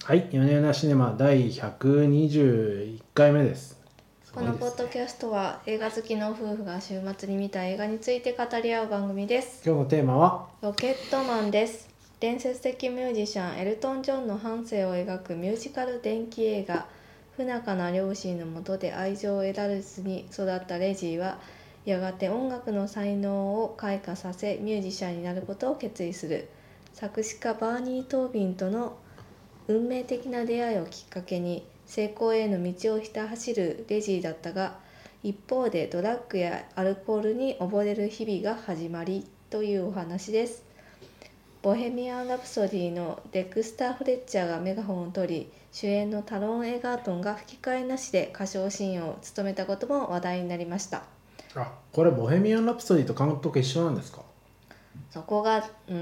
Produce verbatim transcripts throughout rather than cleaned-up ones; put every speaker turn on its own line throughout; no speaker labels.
はい、夜な夜なシネマだいひゃくにじゅういっかいめです。す
こ
ごいですね。
のポッドキャストは映画好きの夫婦が週末に見た映画について語り合う番組です。
今日のテーマは
ロケットマンです。伝説的ミュージシャンエルトン・ジョンの半生を描くミュージカル伝記映画。不仲な両親のもとで愛情を得られずに育ったレジーは、やがて音楽の才能を開花させミュージシャンになることを決意する。作詞家バーニー・トービンとの運命的な出会いをきっかけに成功への道をひた走るレジーだったが、一方でドラッグやアルコールに溺れる日々が始まりというお話です。ボヘミアン・ラプソディのデクスター・フレッチャーがメガホンを取り、主演のタロン・エガートンが吹き替えなしで歌唱シーンを務めたことも話題になりました。
あ、これボヘミアン・ラプソディと監督一緒なんですか？
そこが、うん、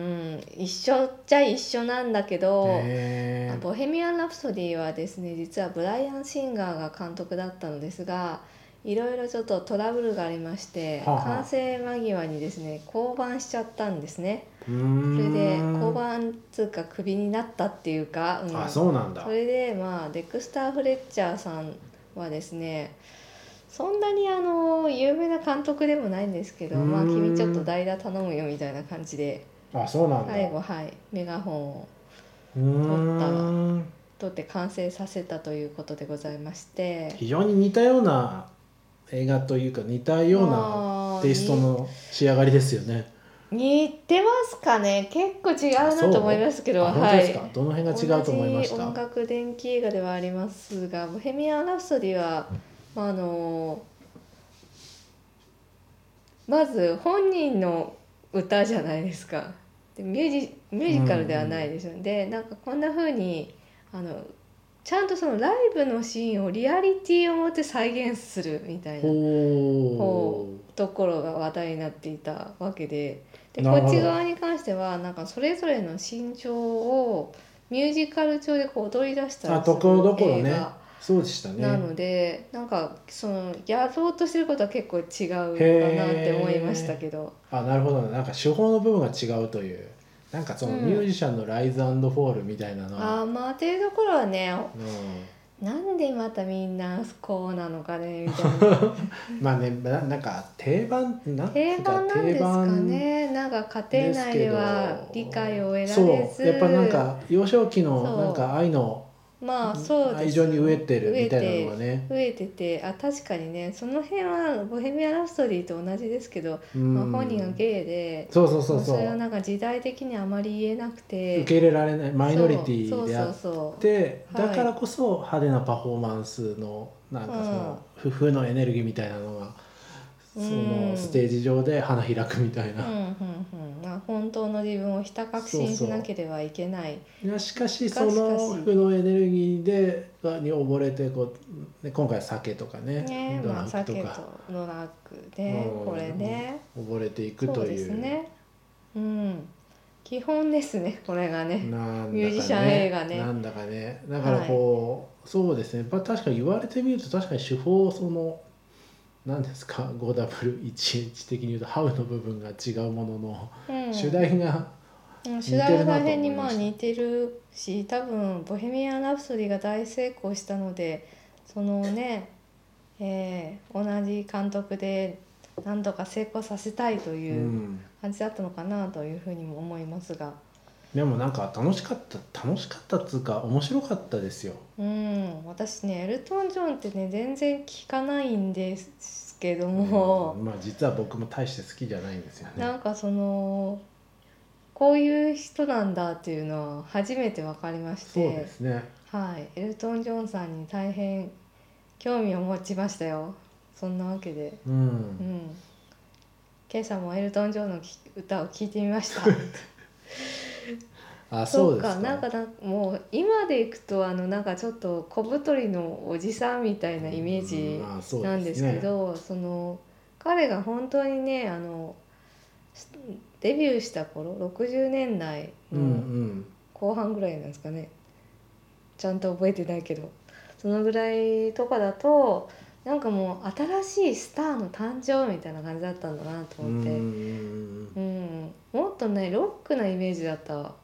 一緒っちゃ一緒なんだけど、
へー。
ボヘミアン・ラプソディはですね、実はブライアン・シンガーが監督だったのですが、いろいろちょっとトラブルがありまして、
はあはあ
完成間際にですね降板しちゃったんですね。
うーん
それで降板つうかクビになったっていうか、うん、
あ、そうなんだ。
それでまあデクスター・フレッチャーさんはですね、そんなにあの有名な監督でもないんですけど、まあ君ちょっと代打頼むよみたいな感じで
あ、そうなんだ。
最後はいメガホンを
うー
取った
ん
取って完成させたということでございまして、
非常に似たような映画というか似たような
まあ
テイストの仕上がりですよね。
似てますかね。結構違
あ、そう
うなと思いますけど、
あ、本当
はい。
ですか。どの辺が違うと思いまし
同じ音
た？
楽電気映画ではありますが、ボヘミアン・ラプソディは、まあ、あのまず本人の歌じゃないですか。でミュージ、ミュージカルではないですよね。でなんかこんな風にあのちゃんとそのライブのシーンをリアリティを持って再現するみたいなこ
ほ
うところが話題になっていたわけで、で
う、な
こっ
るほど。
ち側に関してはなんかそれぞれの心情をミュージカル調でこう踊り出した
あ、
りす
ところ
る
どころね。
映画
そうでしたね。
なので、なんかそのやろうとしてることは結構違うかなって思いました
へ
けど、
ー。あ、なるほどね。なんか手法の部分が違うという。なんかそのミュー
うん、
ジシャンのライズアンドフォールみたいなのは、
ああまあっていうところはね、
う
なんでまたみんなこうなのかねみたいな。
ん。まあね、ななんか定番、なんてい
定
うか定
番なんですか
番
ね。なんか家庭内
ですけ
では理
ど、
解を得られ
そう、やっぱなん
ず、
か幼少期のなん
そ
か愛の
うまあそうで
愛情に飢え
すよ。
てる
増え
みたいなのが
て
ね、
増えてて、あ確かにね、その辺はボヘミアン・ラプソディと同じですけど、
う
まあ、本人が
ん、
ゲイで、
そうそうそう
まあ、それは
そ
なんか時代的にあまり言えなく
う、受
て、
け入れられないマイノリテ
そうそうそう
ィであっ
そ
て、
う、はい、
だからこそ派手なパフォーマンスのなんかそ
うん
の不負のエネルギーみたいなのが
う
そのステ
ん
ージ上で花開くみたいな。
うんうんうんまあ、本当の自分をひた確信しな
そうそ
ければいけない
う。いやしかし
が
そ
しかし
の負のエネルギーでがに溺れてこう、ね、今回は酒とかね
ね、まあ
ドラッグと
酒
か、
とドラッグ
う
ね、これ
ん、
ね、
溺れていく
そうです
という。
ね、うん基本ですねこれがね、
なんだか
ミュージシャン映
ね
画ね。
なんだかねだから
はい
こうそうですね、まあ、確かに言われてみると確かに手法その何ですか ごダブリューいちエイチ 的に言うとハウの部分が違うものの主
うん
題が
うん主
似てるなと
題は大変に
思いました。
まあ似てるし、多分ボヘミアン・ラプソディが大成功したので、そのね、えー同じ監督で何とか成功させたいと
う
いう
ん、
感じだったのかなというふうにも思いますが、
でもなんか楽しかった楽しかったっつうか面白かったですよ。
うん私ねエルトン・ジョンってね全然聞かないんですけど
うん、
も、
まあ実は僕も大して好きじゃないんですよね。
なんかそのこういう人なんだっていうのは初めて分かりまし
そうで
て、
すね。
はいエルトン・ジョンさんに大変興味を持ちましたよ。そんなわけで、
う
う
ん。
ん、今朝もエルトン・ジョンの歌を聴いてみました。
あ、
そう
そうですか。
か、なんかなもう今でいくとあのなんかちょっと小太りのおじさんみたいなイメー
うん、
ジ
まあそう
なんですけ
ですね。
ど、その彼が本当にねあのデビューした頃ろくじゅうねんだい
うんう
の
ん。
後半ぐらいなんですかね、ちゃんと覚えてないけどそのぐらいとかだとなんかもう新しいスターの誕生みたいな感じだったんだなと
うー
思って、
ん。
うん、もっとねロックなイメージだった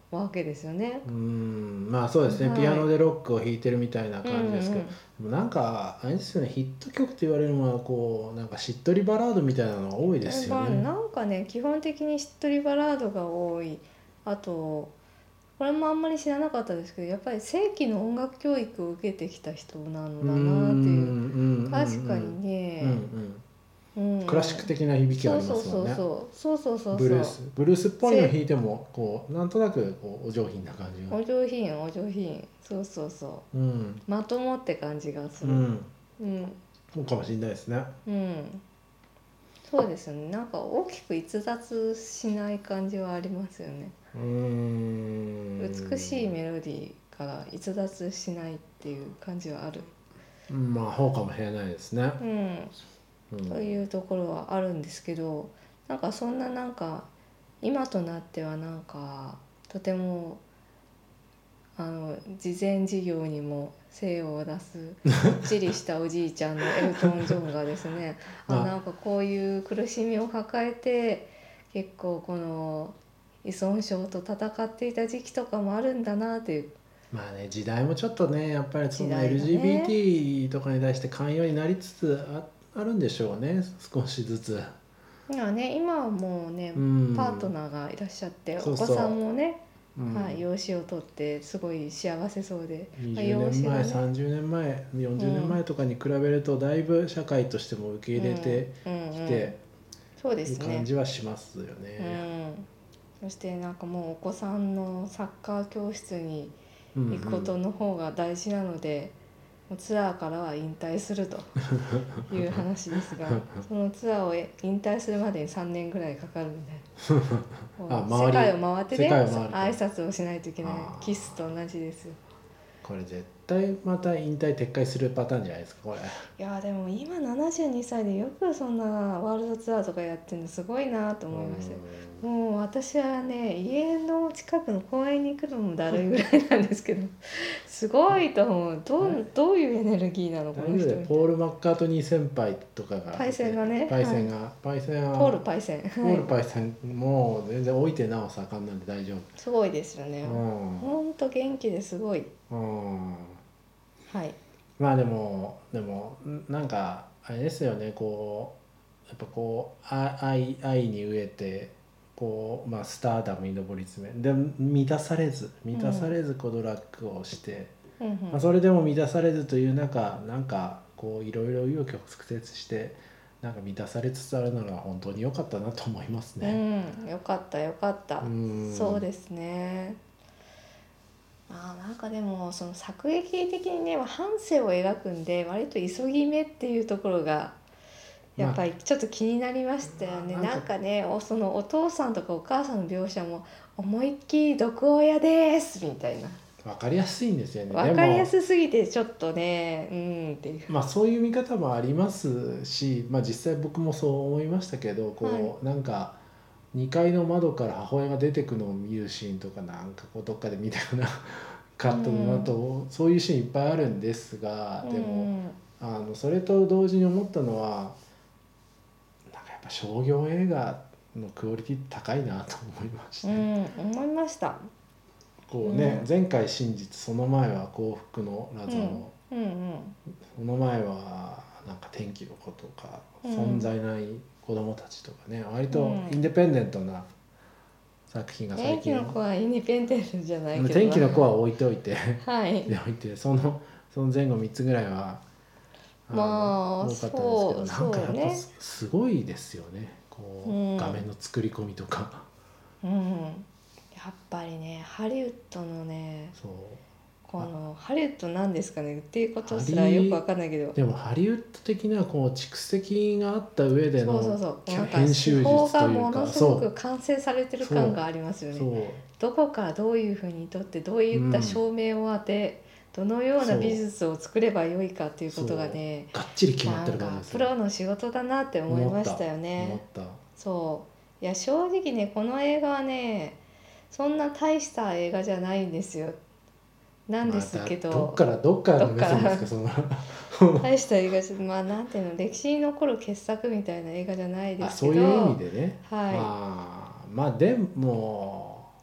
わけですよね。
うーんまあそうですね、
はい
ピアノでロックを弾いてるみたいな感じですけど、
うん
でもなんかあれですよね、ヒット曲って言われるのはこうなんかしっとりバラードみたいなのが多いですよ
まあ
ね。
なんかね基本的にしっとりバラードが多い。あとこれもあんまり知らなかったですけどやっぱり正規の音楽教育を受けてきた人なの
うーん
だなっていう。
うん
確かに
うんうん
ね、
うん
うん、
クラシック的な響きはあ
そうそう
りますもんね。
そうそうそうそうそう
ブルー
そ
スブルースっぽいの
せ
弾いてもこうなんとなくこうお上品な感じが。
うお上品お上品そうそうそ
うん
うまともって感じがする。
うん
うん
そうかもしれないですね。
うんそうですねなんか大きく逸脱しない感じはありますよね。
うーん
美しいメロディーから逸脱しないっていう感じはある。
うんまあそうかもしれないですね。
うん
うん
というところはあるんですけどなんかそんななんか今となってはなんかとてもあの慈善事業にも精を出すぽっちりしたおじいちゃんのエルトン・ジョンがですねあ
まあ
なんかこういう苦しみを抱えて結構この依存症と戦っていた時期とかもあるんだなっていう
まあね時代もちょっとねやっぱりその
時代がね
エルジービーティー とかに対して寛容になりつつあ、あるんでしょうね少しずつ。
今ね今はもうね
うん
パートナーがいらっしゃって
そうそう
お子さんもね
うん
はい、養子を取ってすごい幸せそうで、まあ、
20
養
年前、
子がね、
さんじゅうねんまえよんじゅうねんまえとかに比べるとだいぶ社会としても受け入れて
うんうんうん、
きて
そうで
いう感
すね、
じはしますよ
う
ね。
ん、そしてなんかもうお子さんのサッカー教室に
うん
行くことの方が大事なので、もうツアーからは引退するという話ですがそのツアーを引退するまでにさんねんぐらいかかるみたいな
あ周り
世界を回ってね
世界を回ると
挨拶をしないといけない
あー
キスと同じですよ。
これ絶対また引退撤回するパターンじゃないですかこれ。
いやでも今ななじゅうにさいでよくそんなワールドツアーとかやってるのすごいなと思いましたよ。もう私はね家の近くの公園に行くのもだるいぐらいなんですけどすごいと思う。どうどういうエネルギーなのこ
大丈夫で
の人みたい
ポール・マッカートニー先輩とかが
パイセンがね
パイセンが、パイセンは
なポールパイセン、
ポール
はい、
パイセンもう全然老いてなお盛んなんで大丈
すごいですよね。
夫。うん
ほんと元気ですごい。
うん
はい
まあでもでもんなんかあれですよねこうやっぱこうあ愛愛に飢えてこう、まあ、スターダムに上り詰めで満たされず満たされずこうドラッグをして、
うんうん
まあ、それでも満たされずという中なんかこういろいろ紆余曲折してなんか満たされつつあるのが本当に良かったなと思いますね。
うん、よかったよかった
うん
そうですね。あーなんかでもその作劇的にね半生を描くんで割と急ぎ目っていうところがやっぱりちょっと気になりましたよね。
まあなんか
なんかねおそのお父さんとかお母さんの描写も思いっきり毒親ですみたいな
分かりやすいんですよね。
分かりや
でも
すすぎてちょっとねうんっていう。
まあそういう見方もありますし、まあ、実際僕もそう思いましたけどこう、なんかにかいの窓から母親が出てくのを見るシーンとかなんかこうどっかで見たようなカットの後、そういうシーンいっぱいあるんですがでも、
うん
あのそれと同時に思ったのはなんかやっぱ商業映画のクオリティ高いなと思いました。
うん思いました。
こうね、
うん
前回真実その前は幸福の謎の、
うんうん
その前はなんか天気の子とか、
うん
存在ない子供たちとかね割と
うん
インデペンデントな作品が最
天気
近、
の子はインディペンデントじゃないけどな
天気の子は置いておいて
はい
で置いてそのその前後みっつぐらいはの
まあ
多かったんですけど
そう
なんかやっぱ
そうね
すすごいですよねこう、
うん
画面の作り込みとか
うんやっぱりねハリウッドのね
そう
このハリウッドなんですかねっていうことすらよくわかんないけど
でもハリウッド的なこう蓄積があった上での
そうそうそうなんか
編集術
手法が
というか
ものすごく完成されてる感がありますよね。
そう
どこからどういうふうに撮ってどういった照明を当て、どのような美術を作ればよいかっていうことがね
がっちり決まって
なんか
る感じです
プロの仕事だなって思いましたよね。
思った思っ
そういや正直ねこの映画はねそんな大した映画じゃないんですよ。なんですけど、
まあどっからどっからの目線ですかその
大した映画じゃまあなんていうの歴史に残る傑作みたいな映画じゃないで
あ
すけど
そういう意味でね、
はい
まあまあでも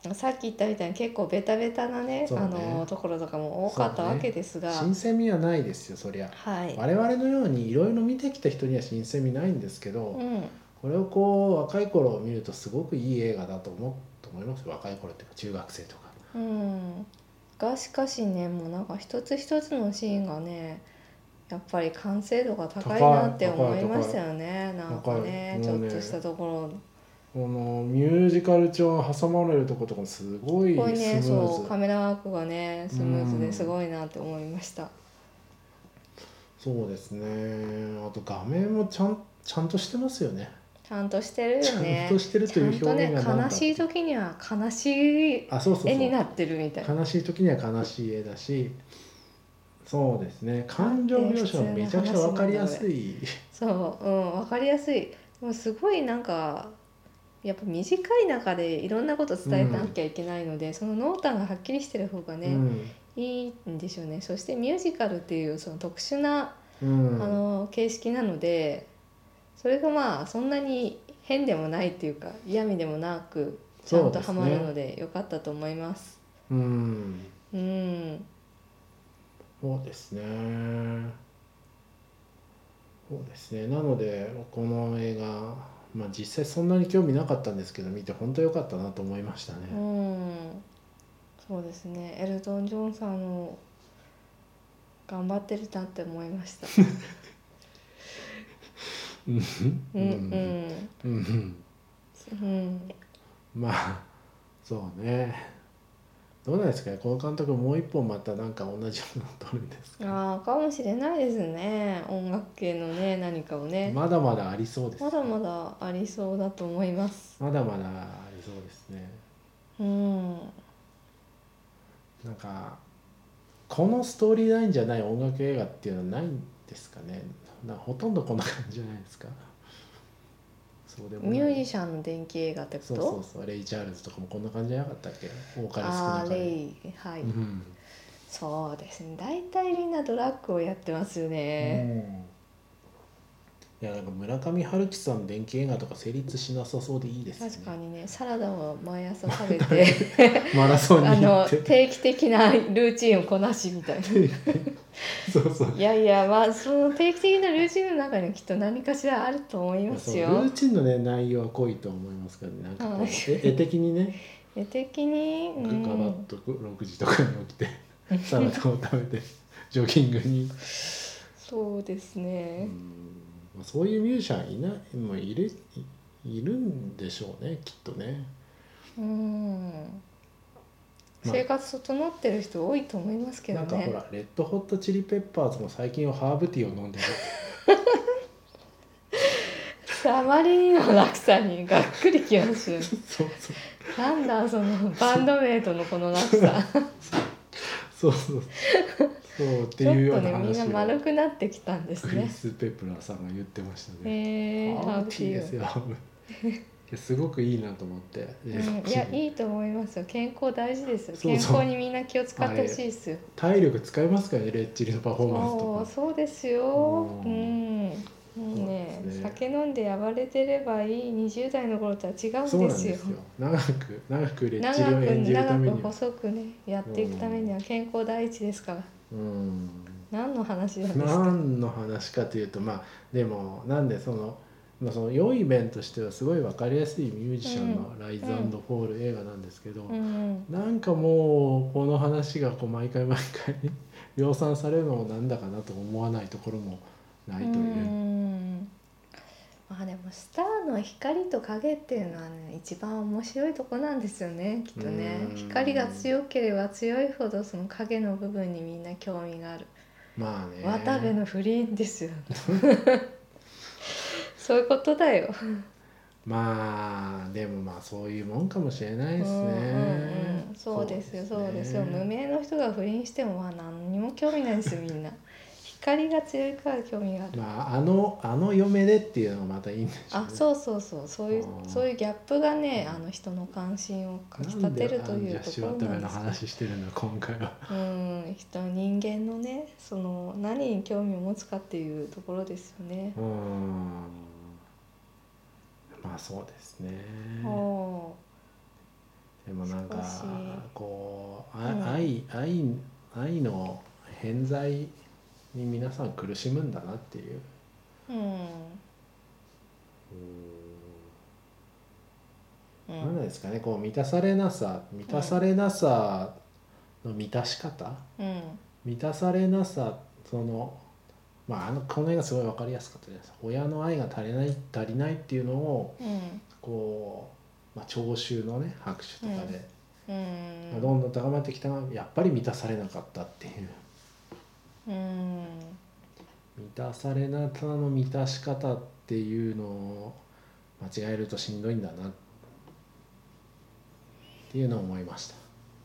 さっき言ったみたいに結構ベタベタなね、
そうね
あのところとかも多かったわけですが、
新鮮味はないですよそりゃ。
はい、
我々のようにいろいろ見てきた人には新鮮味ないんですけど、
うん
これをこう若い頃見るとすごくいい映画だと思うと思いますよ。若い頃っていうか中学生とか。
うんがしかしね、もうなんか一つ一つのシーンがねやっぱり完成度が高いなって思いましたよね。なんかね、ちょっとしたところ
このミュージカル調が挟まれるとことかもすごいスム
ここにね、
ーズ、
そうカメラワークがねスムーズですごいなって思いました。
そうですね。あと画面もちゃんちゃんとしてますよね。
ちゃんとしてるよね。
ちゃんとしてるという表現がなんだ
ちゃんとね、悲しい時には悲しい
あそうそうそう
絵になってるみたいな。
悲しい時には悲しい絵だし、そうですね、感情描写もめちゃくちゃ分かりやすい。
そう、うん、分かりやすい。でもすごいなんかやっぱ短い中でいろんなこと伝えなきゃいけないので、うん、その濃淡がはっきりしてる方がね、うん、いいんでしょうね。そしてミュージカルっていうその特殊な、うん、あの形式なので、それがまあそんなに変でもないっていうか嫌味でもなくちゃんとハマるので良かったと思います。
うん、
うん、
そうですね。そうですね。なのでこの映画、まあ、実際そんなに興味なかったんですけど見て本当良かったなと思いましたね。
うん、そうですね。エルトン・ジョンさんの頑張ってるなって思いました。
うん
うんうん
うんうん、まあそうね。どうなんですかね、この監督もう一本またなんか同じようなの撮るんですか、ね、
ああかもしれないですね。音楽系のね何かをね
まだまだありそうです、ね、
まだまだありそうだと思います。
まだまだありそうですね。
うん
なんかこのストーリーラインじゃない音楽映画っていうのはないんですかね。なほとんどこんな感じじゃないですか。そうでも
ミュージシャンの電気映画ってこと？
そうそうそう、レイ・チャールズとかもこんな感じじゃなかったっけ、多かれ少
ああ
なかれ。
レイはい、
うん、
そうですね。大体みんなドラッグをやってますよね。
いやなんか村上春樹さんの電気映画とか成立しなさそうでいいですね。
確かにね、サラダを毎朝食べて
マラソンに行って
あの定期的なルーチンをこなしみたいな
そうそう、
いやいや、まあその定期的なルーチンの中にきっと何かしらあると思いますよ。
ルーチンのね内容は濃いと思いますからね。なんかこう絵的にね
絵的に、う
ガバッ
ん、
とろくじとかに起きてサラダを食べてジョギングに
そうですね。
うん、そういうミュージシャンいないもういるいるんでしょうねきっとね。
うん、
まあ、
生活整ってる人多いと思いますけどね。
なんかほらレッドホットチリペッパーズも最近はハーブティーを飲んでる
あまりにも落差にがっくりきますよね
そうそう
なんだそのバンドメイトのこの落差
そうそうそうって
ちょ
いうよう
っとねみんな
な話を
丸くなってきたんですね。
クリス・ペプラーさんが言ってましたね。
へえ、
ハーブティーですよハーブすごくいいなと思って、
うん、いやいいと思いますよ。健康大事ですよ。
そうそう
健康にみんな気を使ってほしいですよ。
体力使いますからねレッチリのパフォーマンスとか。
そうそうですよ。
う
うんもうね、
ね
酒飲んで暴れてればいいにじゅう代の頃とは違うんですよ。
そうなんですよ。長く長くレッチリ
長く
を演じるため
長く
には
細くねやっていくためには健康第一ですから。
うん
何の話なんですか。
何の話かというとまあでもなんでそのまあその良い面としてはすごい分かりやすいミュージシャンのライズ&フォール映画なんですけど、
うん、
なんかもうこの話がこう毎回毎回量産されるのもなんだかなと思わないところもないという。
うんまあでもスターの光と影っていうのはね一番面白いとこなんですよねきっとね。光が強ければ強いほどその影の部分にみんな興味がある。
まあね
渡部の不倫ですよそういうことだよ
まあでもまあそういうもんかもしれないですね。
うんうんうん、そうですよそうですよ。無名の人が不倫してもまあ何にも興味ないですよみんな。光が強いから興味がある。
まああのあの嫁でっていうのがまたいいんでしょうね。
あ、そうそうそうそういうそういうギャップがね、あの人の関心をかきたてるというところなんです
なんでアンジャッシュ渡部の話してるんだ今回は。
うん人人間のねその何に興味を持つかっていうところですよね。
うんまあそうですね。
お
でもなんか
少し
こう、あ
うん
愛愛愛の偏在に皆さん苦しむんだなっていう、
うんう
なん
ん
ですかね、こう満たされなさ満たされなさの満たし方、
うん
満たされなさ、そのまああのこの映画すごい分かりやすかったです。親の愛が足りない足りないっていうのを
うん
こう、まあ、聴衆のね拍手とかで、
うん
どんどん高まってきたがやっぱり満たされなかったっていう、
うん
満たされなさの満たし方っていうのを間違えるとしんどいんだなっていうのを思いました。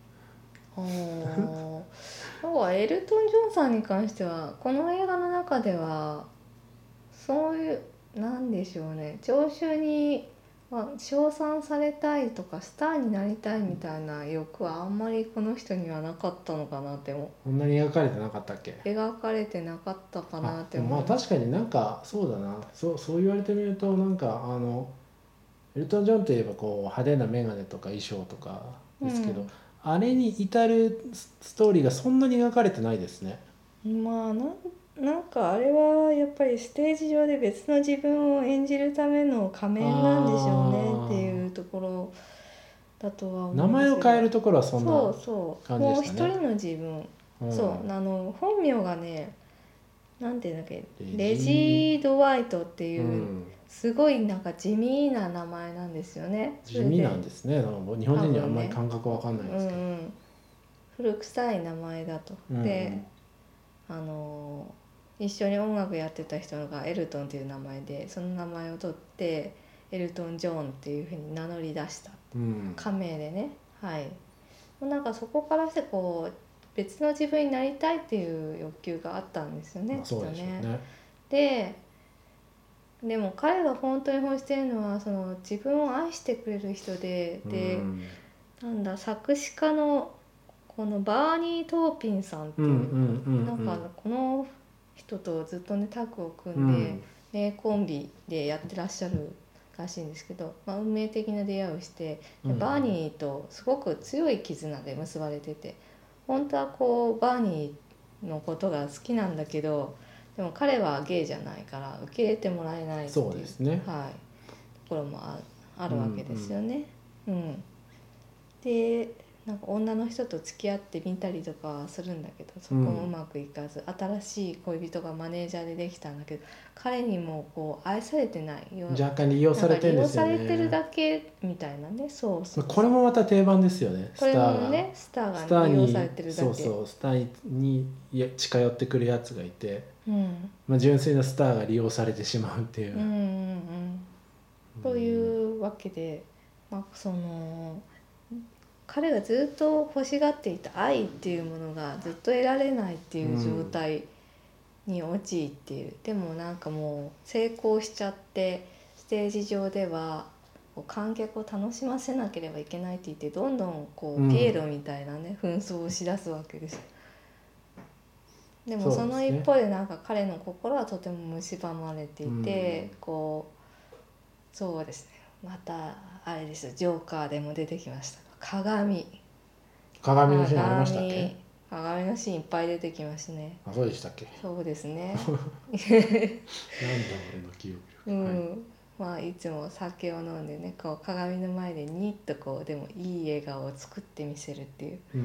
お要はエルトン・ジョンさんに関してはこの映画の中ではそういうなんでしょうね、聴衆に、まあ、称賛されたいとかスターになりたいみたいな欲はあんまりこの人にはなかったのかなっても
こんなに描かれてなかったっけ。
描かれてなかったかなって
あでもまあ
思います。
確かになんかそうだな、そうそう言われてみるとなんかあのエルトン・ジョンといえばこう派手な眼鏡とか衣装とかですけど、
うん
あれに至るストーリーがそんなに描かれてないですね。
まあなんなんかあれはやっぱりステージ上で別の自分を演じるための仮面なんでしょうねっていうところだとは思
名
うんですけど、
前を変えるところはそん
そう
な
そう
感じで
もう
したね。
一人の自分、
うん、
そうあの本名がねなんていうんだっけ
レジー
レジー・ドワイトって
う
いう、
ん、
すごいなんか地味な名前なんですよね。
地味なんですね。日本人にはあんまり
多分ね
感覚わかんないですけど、
うんうん、古臭い名前だと。
うんうん、
であの一緒に音楽やってた人がエルトンっていう名前で、その名前を取ってエルトン・ジョーンっていうふうに名乗り出した、
うん、
仮名でね。はい、もうなんかそこからしてこう別の自分になりたいっていう欲求があったんですよね、
まあ、そうでしょう
きっと
ね。
ででも彼が本当に欲しているのはその自分を愛してくれる人で、で、
うん、
なんだ作詞家のこのバーニー・トーピンさんっていう、
うんうんうん
なんかこの人とずっとねタッグを組んで、
うん
名コンビでやってらっしゃるらしいんですけど、まあ、運命的な出会いをして、で
うん
バーニーとすごく強い絆で結ばれてて、本当はこうバーニーのことが好きなんだけど、でも彼はゲイじゃないから受け入れてもらえないっていう、
そうですね、
はい、ところもああるわけですよね。うん、うん、でなんか女の人と付き合ってみたりとかはするんだけど、そこもうまくいかず、うん、新しい恋人がマネージャーでできたんだけど、彼にもこう愛されてないよ、
若干利用されてるんですよね。
利用されてるだけみたいなね。そうそうそう、
これもまた定番ですよね。
これ
スターが
もねスタ
スター
ーが利用
に
されてるだけ、
そうそうスターにいや近寄ってくるやつがいて、
うん
まあ、純粋なスターが利用されてしまうっていう。
うんうんうんというわけで、まあ、その彼がずっと欲しがっていた愛っていうものがずっと得られないっていう状態に陥っている、うん、でもなんかもう成功しちゃって、ステージ上では観客を楽しませなければいけないって言って、どんどんこうピエロみたいなね、うん、紛争をしだすわけです。でもその一方でなんか彼の心はとても蝕まれていて、うん、こうそうですね、またあれですよ、ジョーカーでも出てきました鏡
鏡のシーンありましたっけ。
鏡のシーンいっぱい出てきますね。
あ、そうでしたっけ。
そうですねなんだ
俺の記憶力、
うん、
はい、
まあいつも酒を飲んでね、こう鏡の前でニッとこうでもいい笑顔を作ってみせるっていう、
うん、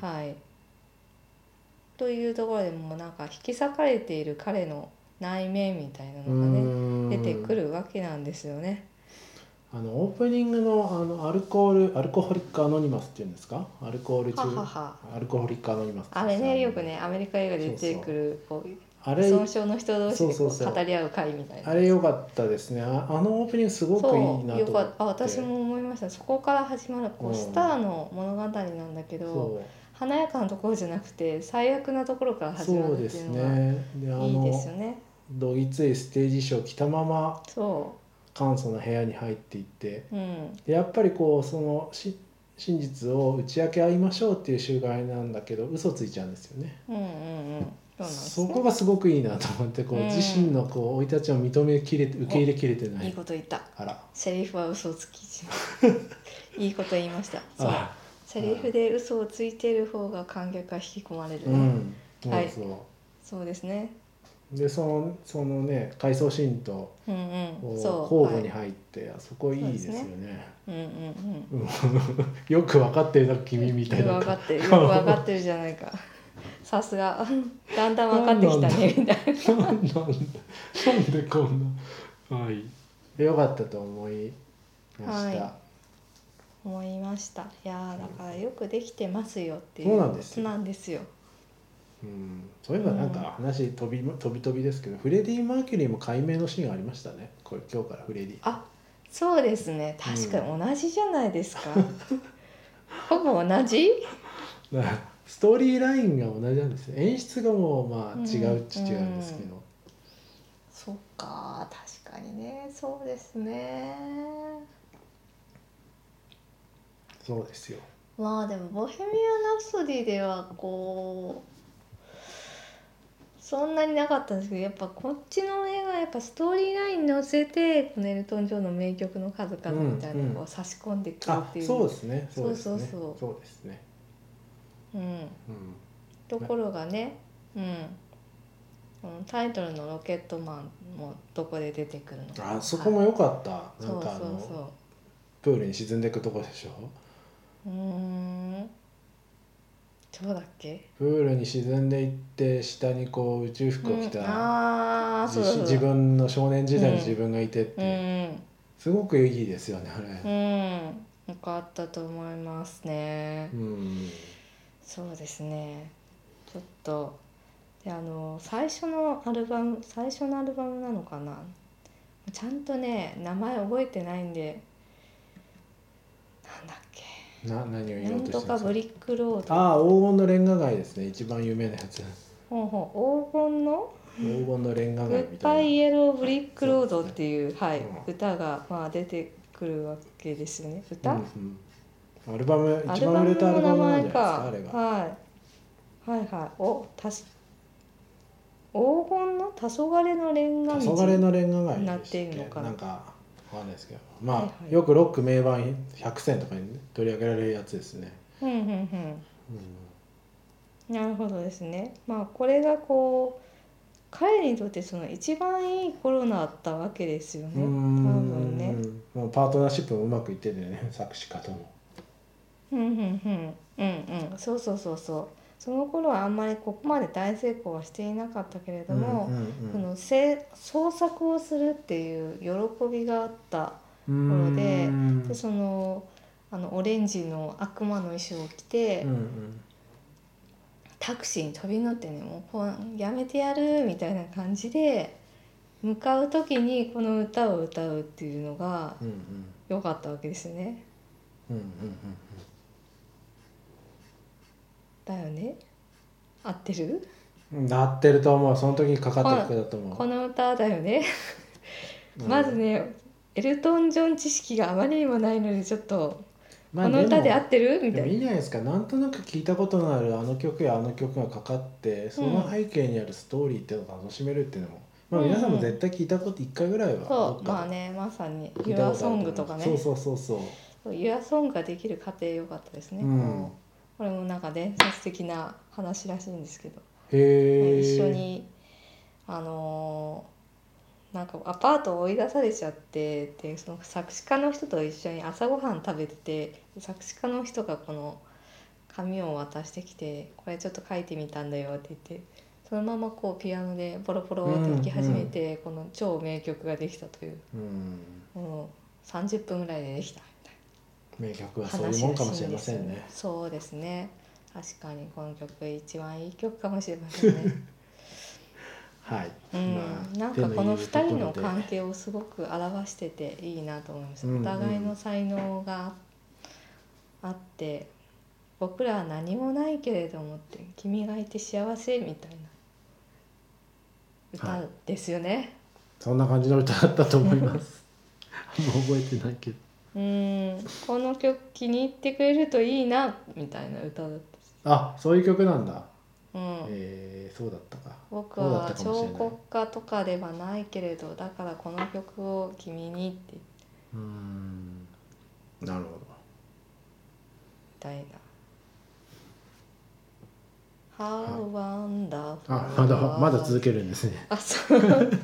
はいというところでもなんか引き裂かれている彼の内面みたいなのがね出てくるわけなんですよね。
あのオープニング の, あのアルコールアルコホリックアノニマスっていうんですか、アルコール中
ははは
アルコホリックアノニマス、
あれね、よくねアメリカ映画で出てくる、こう
あれ
損傷の人同士でこ
そうそうそう
う語り合う会みたいな。
あれ良かったですね。 あ, あのオープニングすごくいいなと思って。
そうよかった。私も思いました。そこから始まるこうスターの物語なんだけど、華やかなところじゃなくて最悪なところから始まるっていうのがいいですよね。
どぎついステージ衣装着たまま
そう
簡素な部屋に入っていって、
うん、
でやっぱりこうそのし真実を打ち明け合いましょうっていう集会なんだけど嘘ついちゃうんですよね。
うんうんうん、そうなんです
そ
ね。
こがすごくいいなと思って、こう、うん、自身のこう生い立ちを認めきれて受け入れきれてない。
いいこと言った。
あら、
セリフは嘘つき。 いいこと言いました。そう、
あ
セリフで嘘をついてる方が観客が引き込まれるね、
うんそう
はい
そう、
そうですね。
でそのそのね回想シーンと
うんうん
こう
そう
交互に入って、あそこいいですよ
そうです
ね。
うんうん
うんよく分かってるな君み
うん
たいな
分かってるよく分かってるじゃないかさすがだんだん分かってきたねみたいな
なんなんだなんでこんなはいでよかったと思いました、
はい思いました。いやーだからよくできてますよってい
そう
うこ
なんですよ
となんですよ。
うん、そういえばなんか話飛び飛び飛びですけど、フレディ・マーキュリーも解明のシーンありましたね。これ今日からフレディ。
あ、そうですね。確かに同じじゃないですか。ほぼ同じ？
だからストーリーラインが同じなんですよ。演出がもうまあ違うっちゃ違うんですけど、
うんそっか、確かにね。そうですね。
そうですよ。
まあでも「ボヘミアン・ラプソディ」ではこうそんなになかったんですけど、やっぱこっちの映画はやっぱストーリーラインに乗せてエルトン・ジョンの名曲の数々みたいなのをこう差し込んでくる
あ
っていう、
そうですねそうですね
そうそうそう
そうですね。
うん、
うん
ところがね、うん、このタイトルの「ロケットマン」もどこで出てくるのか、
あそこも良かった。
はい、
なんかあの
そうそうそう
プールに沈んでいくとこでしょ。
うーんそうだっけ。
プールに沈んでいって下にこう宇宙服を着た、
うん、ああそうだそうだ
自分の少年時代の自分がいてって、
うん
すごくいいですよねあれ。
うんよかったと思いますね、
うん、
そうですね。ちょっとであの最初のアルバム最初のアルバムなのかな、ちゃんとね名前覚えてないんで、なんだっけ、
な何を言
なん
おうとしてるんですか。
とかブリックロード、
ああ黄金のレンガ街ですね、一番有名なやつ。
ほうほう黄金の
黄金のレンガ
グ
街みたいな。
ッバイイエローブリックロードっていう、はい、
うん
歌がまあ出てくるわけですよね。歌、
うんうん、アルバム
アルバム
一番売れたアルバ
の名
ムなんじゃないです
前か、
かあれが。
はい、はいはいおたし黄金の黄昏のレンガ道
黄昏のレンガ街
になっ
でしたっけ。
ているのかな
なんかわかんないですけど、まあ、
はいはい
よくロック名盤ひゃく選とかに取り上げられるやつですね。
うんうんうん
うん、
なるほどですね。まあこれがこう彼にとってその一番いい頃だったわけですよね、多分ね。
もうパートナーシップもうまくいっててね、作詞家とも。
うんうんうんうんうんそうそうそうそう。その頃はあんまりここまで大成功はしていなかったけれども、
うんうんうん、
そのせ創作をするっていう喜びがあった頃で、でそのあのオレンジの悪魔の衣装を着て、
うんうん
タクシーに飛び乗ってね、もうこうやめてやるみたいな感じで向かう時にこの歌を歌うっていうのが
うんうん
良かったわけですよね。
うんうん
だよね、合ってる？
うんなってると思う。その時にかかった曲だと思う。
この歌だよね
うん
まずねエルトン・ジョン知識があまりにもないのでちょっと、
まあ、
この歌で合
も
ってるみ
でもいい
たいな。
じゃないですか。なんとなく聞いたことのあるあの曲やあの曲がかかってその背景にあるストーリーっていうのを楽しめるっていうのも、まあ、皆さんも絶対聞いたこといっかいぐらいはど
そう
っかで
まあね、まさに
聞い
Your
たことある
Song
と思う。
とかね、
そうそうそうそう。
Your Song ができる過程良かったですね、
うん
こうこれもなんか伝説的な話らしいんですけど、
へえ。
一緒にあのーなんかアパートを追い出されちゃってで、その作詞家の人と一緒に朝ごはん食べてて、作詞家の人がこの紙を渡してきて、これちょっと書いてみたんだよって言って、そのままこうピアノでポロポロって弾き始めて、この超名曲ができたという、
うん、
もうさんじゅっぷんぐらいでできた
名曲は
話
そういうもんかもしれ
らしいんですよ
ませんね。
そうですね、確かにこの曲一番いい曲かもしれませんね
はい、
うん
まあ
なんかこのふたりの
手の
関係をすごく表してていいなと思います。
うんうん
お互いの才能があって僕らは何もないけれどもって君がいて幸せみたいな歌ですよね、
そんな感じの歌だったと思いますもう覚えてないけど。
うんこの曲気に入ってくれるといいなみたいな歌だったし、
あ、そういう曲なんだ。
うん
えー、そうだったか。
僕
そうだっ
は
たかもしれない。
彫刻家とかではないけれど、だからこの曲を君にって、
うーん、なるほど。
たいな。How wonderful
あ、まだまだ続けるんですね。
あ、そう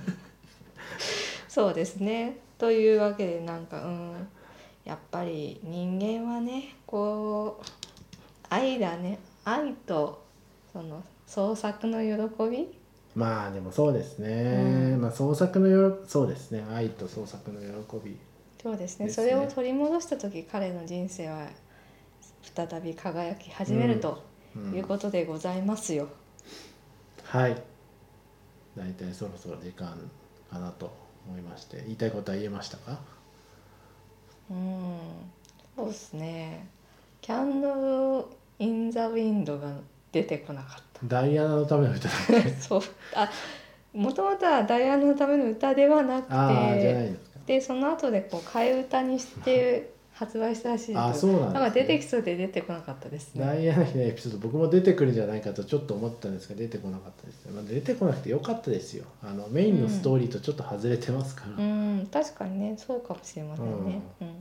そうですね。というわけでなんかうんやっぱり人間はねこう愛だね。愛とその創作の喜び。
まあでもそうですね、
うん
まあ創作のよそうですね、愛と創作の喜び
そうですね。
ですね
それを取り戻した時彼の人生は再び輝き始めると
うん
いうことでございますよ。
はい、大体そろそろ時間かなと思いまして、言いたいことは言えましたか？
うんそうですね。キャンドル・イン・ザ・ウィンドが出てこなかっ
ダイアナのための歌だっけ？
たそうあもともとはダイアナのための歌ではなく
ああじゃない
て
ですか。
でその後でこう替え歌にして発売したらしいですけど、
あそうなんですね。
なんか出てきそうで出てこなかったですね。
ダイアナ妃のエピソード僕も出てくるんじゃないかとちょっと思ったんですが出てこなかったですね、まあ、出てこなくてよかったですよ。あのメインのストーリーとちょっと外れてますから、
うん確かにねそうかもしれませんね。
うん
うんうんうん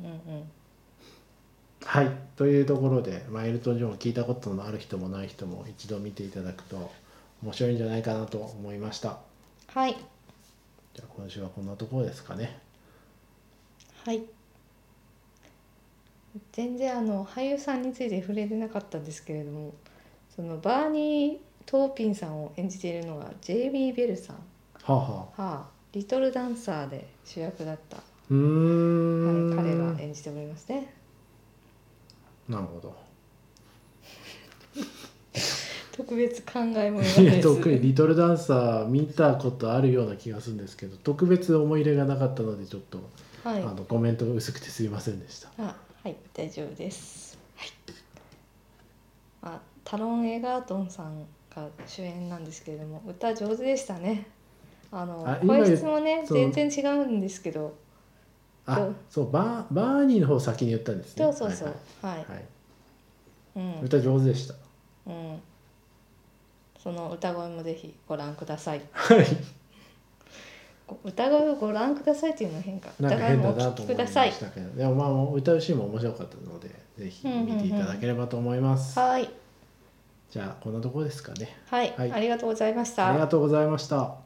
はいというところで、まあ、エルトン・ジョンを聞いたことのある人もない人も一度見ていただくと面白いんじゃないかなと思いました。
はい
じゃあ今週はこんなところですかね。
はい全然あの俳優さんについて触れてなかったんですけれども、そのバーニー・トーピンさんを演じているのがジェイミー・ベルさん、
はあはあ。
はあ、リトルダンサーで主役だった、
うーん、
はい、彼が演じておりますね。
なるほど。
特別感慨も
いや特にリトルダンサー見たことあるような気がするんですけど特別思い入れがなかったのでちょっと、
はい、
あのコメントが薄くてすいませんでした。
あはい大丈夫です、はい、あタロン・エガートンさんが主演なんですけれども歌上手でしたね。あの
あ今
声質もね
そう
全然違うんですけど
あ
ど
そうバーバーニーの方先に言ったんですね。
そうそうそうはい、
はいはいはい
うん
歌上手でした。
うん、その歌声もぜひご覧ください。
はい
ご歌声をご覧くださいっていうのは変か。
なんか変だ
歌声もお聴
なと思いま
きください。
したけどでもまあ歌うシーンも面白かったのでぜひ見ていただければと思います。
はい、
じゃあこんなところですかね。
はい、
はい
ありがとうございました。
ありがとうございました。